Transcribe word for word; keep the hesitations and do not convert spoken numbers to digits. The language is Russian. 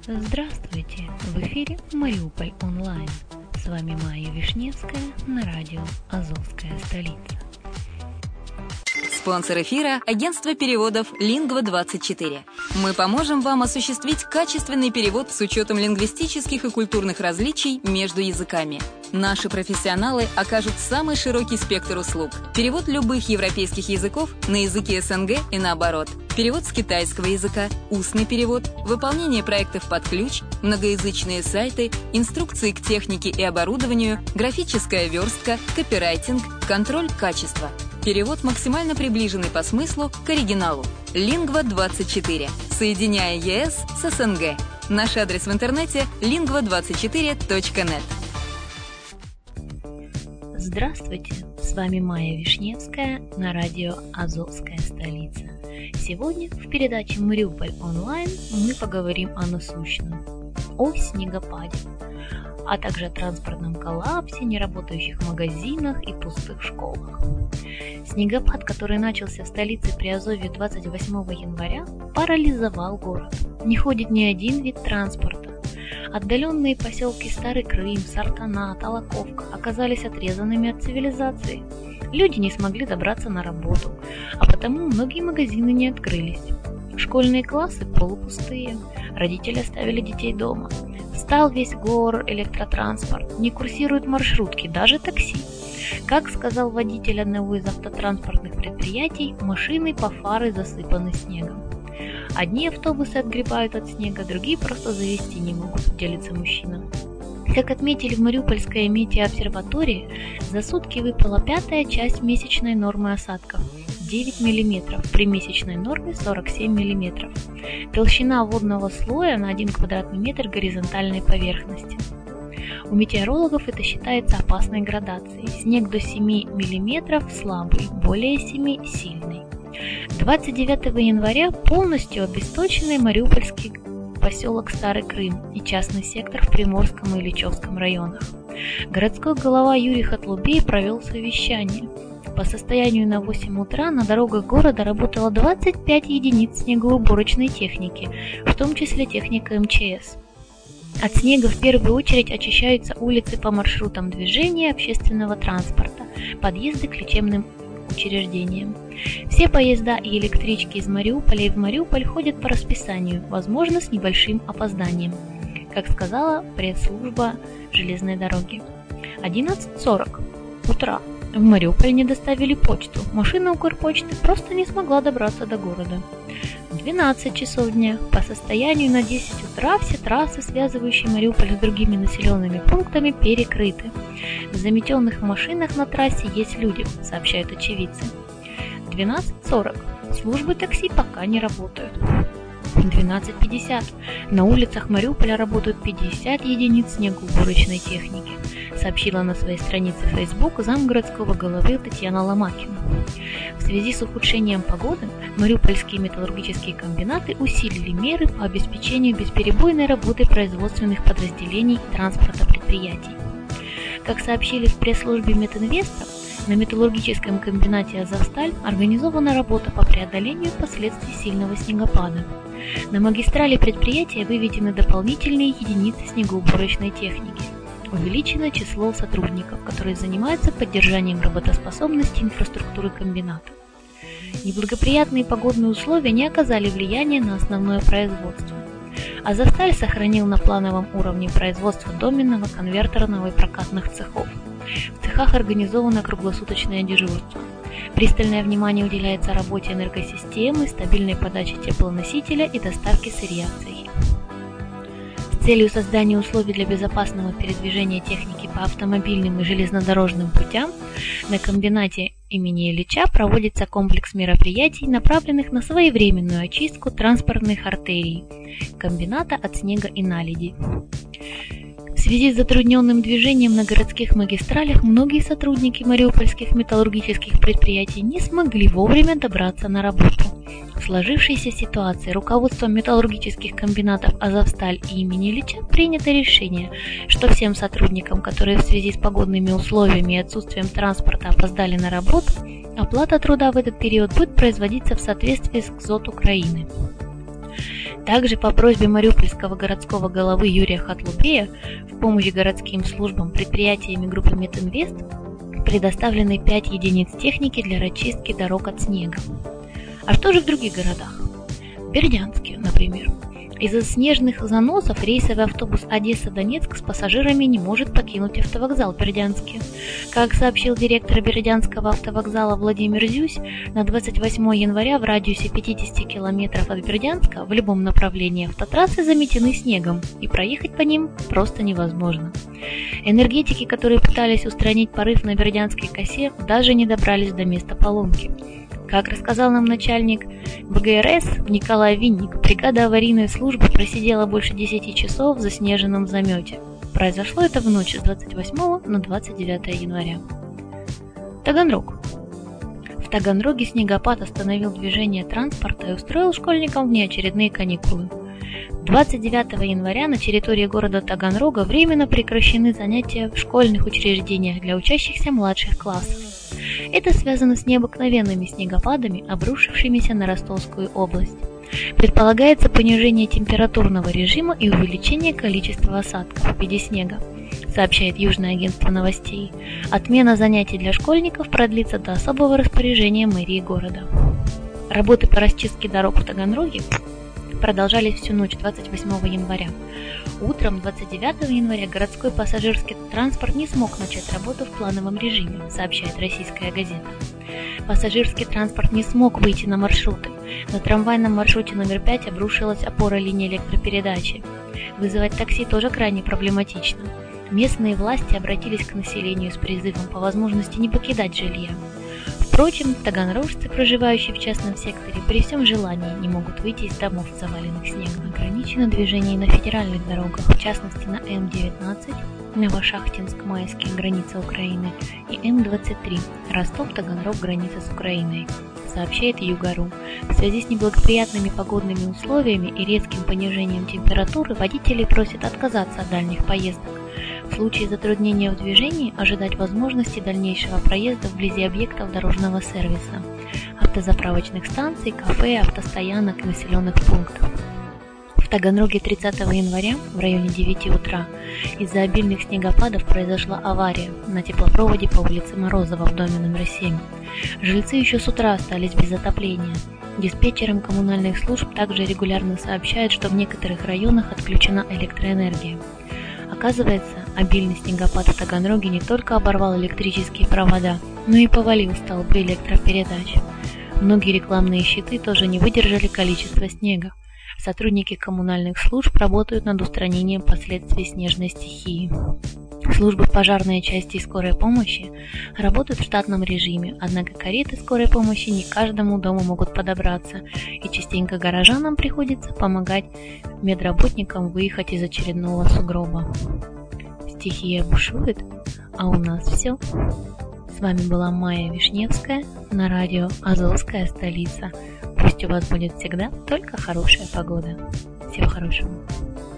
Здравствуйте! В эфире Мариуполь онлайн. С вами Майя Вишневская на радио «Азовская столица». Спонсор эфира – агентство переводов лингва двадцать четыре. Мы поможем вам осуществить качественный перевод с учетом лингвистических и культурных различий между языками. Наши профессионалы окажут самый широкий спектр услуг. Перевод любых европейских языков на языки СНГ и наоборот. Перевод с китайского языка, устный перевод, выполнение проектов под ключ, многоязычные сайты, инструкции к технике и оборудованию, графическая верстка, копирайтинг, контроль качества. Перевод максимально приближенный по смыслу к оригиналу. лингва двадцать четыре. Соединяя ЕС с СНГ. Наш адрес в интернете лингва двадцать четыре точка нет. Здравствуйте! С вами Майя Вишневская на радио «Азовская столица». Сегодня в передаче «Мариуполь онлайн» мы поговорим о насущном, о снегопаде, а также о транспортном коллапсе, неработающих магазинах и пустых школах. Снегопад, который начался в столице Приазовья двадцать восьмого января, парализовал город. Не ходит ни один вид транспорта. Отдаленные поселки Старый Крым, Сартана, Толоковка оказались отрезанными от цивилизации. Люди не смогли добраться на работу, а потому многие магазины не открылись. Школьные классы полупустые, родители оставили детей дома. Встал весь гор электротранспорт, не курсируют маршрутки, даже такси. Как сказал водитель одного из автотранспортных предприятий, машины по фары засыпаны снегом. Одни автобусы отгребают от снега, другие просто завести не могут, делится мужчина. Как отметили в Мариупольской метеообсерватории, за сутки выпала пятая часть месячной нормы осадков – девять миллиметров, при месячной норме сорок семь миллиметров. Толщина водного слоя на один квадратный метр горизонтальной поверхности. У метеорологов это считается опасной градацией. Снег до семи миллиметров слабый, более семи сильный. двадцать девятого января полностью обесточенный мариупольский поселок Старый Крым и частный сектор в Приморском и Ильичевском районах. Городской голова Юрий Хатлубей провел совещание. По состоянию на восемь утра на дорогах города работало двадцать пять единиц снегоуборочной техники, в том числе техника эм че эс. От снега в первую очередь очищаются улицы по маршрутам движения общественного транспорта, подъезды к лечебным учреждениям. Все поезда и электрички из Мариуполя и в Мариуполь ходят по расписанию, возможно, с небольшим опозданием, как сказала пресс-служба железной дороги. одиннадцать сорок утра. В Мариуполь не доставили почту. Машина Укрпочты просто не смогла добраться до города. двенадцать часов дня. По состоянию на десять утра все трассы, связывающие Мариуполь с другими населенными пунктами, перекрыты. В заметенных машинах на трассе есть люди, сообщают очевидцы. двенадцать сорок. Службы такси пока не работают. двенадцать пятьдесят. На улицах Мариуполя работают пятьдесят единиц снегоуборочной техники, сообщила на своей странице Facebook замгородского головы Татьяна Ломакина. В связи с ухудшением погоды мариупольские металлургические комбинаты усилили меры по обеспечению бесперебойной работы производственных подразделений транспорта предприятий. Как сообщили в пресс-службе Метинвеста, на металлургическом комбинате «Азовсталь» организована работа по преодолению последствий сильного снегопада. На магистрали предприятия выведены дополнительные единицы снегоуборочной техники. Увеличено число сотрудников, которые занимаются поддержанием работоспособности инфраструктуры комбината. Неблагоприятные погодные условия не оказали влияния на основное производство. «Азовсталь» сохранил на плановом уровне производство доменного, конвертерного и прокатных цехов. В цехах организовано круглосуточное дежурство. Пристальное внимание уделяется работе энергосистемы, стабильной подаче теплоносителя и доставке сырья в цехи. С целью создания условий для безопасного передвижения техники по автомобильным и железнодорожным путям на комбинате имени Ильича проводится комплекс мероприятий, направленных на своевременную очистку транспортных артерий комбината от снега и наледи. В связи с затрудненным движением на городских магистралях многие сотрудники мариупольских металлургических предприятий не смогли вовремя добраться на работу. В сложившейся ситуации руководством металлургических комбинатов «Азовсталь» и имени Ильича принято решение, что всем сотрудникам, которые в связи с погодными условиями и отсутствием транспорта опоздали на работу, оплата труда в этот период будет производиться в соответствии с КЗОТ Украины. Также по просьбе мариупольского городского головы Юрия Хатлубея в помощь городским службам предприятиями группы Метинвест предоставлены пять единиц техники для расчистки дорог от снега. А что же в других городах? В Бердянске, например. Из-за снежных заносов рейсовый автобус Одесса-Донецк с пассажирами не может покинуть автовокзал в Бердянске. Как сообщил директор Бердянского автовокзала Владимир Зюсь, на двадцать восьмое января в радиусе пятидесяти километров от Бердянска в любом направлении автотрассы заметены снегом, и проехать по ним просто невозможно. Энергетики, которые пытались устранить порыв на Бердянской косе, даже не добрались до места поломки. Как рассказал нам начальник БГРС Николай Винник, бригада аварийной службы просидела больше десяти часов в заснеженном замете. Произошло это в ночь с двадцать восьмого на двадцать девятое января. Таганрог. В Таганроге снегопад остановил движение транспорта и устроил школьникам внеочередные каникулы. двадцать девятого января на территории города Таганрога временно прекращены занятия в школьных учреждениях для учащихся младших классов. Это связано с необыкновенными снегопадами, обрушившимися на Ростовскую область. Предполагается понижение температурного режима и увеличение количества осадков в виде снега, сообщает Южное агентство новостей. Отмена занятий для школьников продлится до особого распоряжения мэрии города. Работы по расчистке дорог в Таганроге продолжались всю ночь двадцать восьмого января. Утром двадцать девятого января городской пассажирский транспорт не смог начать работу в плановом режиме, сообщает «Российская газета». Пассажирский транспорт не смог выйти на маршруты. На трамвайном маршруте номер пять обрушилась опора линии электропередачи. Вызывать такси тоже крайне проблематично. Местные власти обратились к населению с призывом по возможности не покидать жилья. Впрочем, таганрожцы, проживающие в частном секторе, при всем желании не могут выйти из домов, заваленных снегом. Ограничено движение на федеральных дорогах, в частности на М девятнадцать, Новошахтинск-Майский, граница Украины, и М двадцать три, Ростов-Таганрог, граница с Украиной, сообщает Югору. В связи с неблагоприятными погодными условиями и резким понижением температуры водители просят отказаться от дальних поездок. В случае затруднения в движении ожидать возможности дальнейшего проезда вблизи объектов дорожного сервиса, автозаправочных станций, кафе, автостоянок и населенных пунктов. В Таганроге тридцатого января в районе девяти утра из-за обильных снегопадов произошла авария на теплопроводе по улице Морозова в доме номер семь. Жильцы еще с утра остались без отопления. Диспетчерам коммунальных служб также регулярно сообщают, что в некоторых районах отключена электроэнергия. Оказывается, обильный снегопад в Таганроге не только оборвал электрические провода, но и повалил столбы электропередач. Многие рекламные щиты тоже не выдержали количества снега. Сотрудники коммунальных служб работают над устранением последствий снежной стихии. Службы пожарной части и скорой помощи работают в штатном режиме, однако кареты скорой помощи не к каждому дому могут подобраться, и частенько горожанам приходится помогать медработникам выехать из очередного сугроба. Стихия бушует, а у нас все. С вами была Майя Вишневская на радио «Азовская столица». Пусть у вас будет всегда только хорошая погода. Всего хорошего.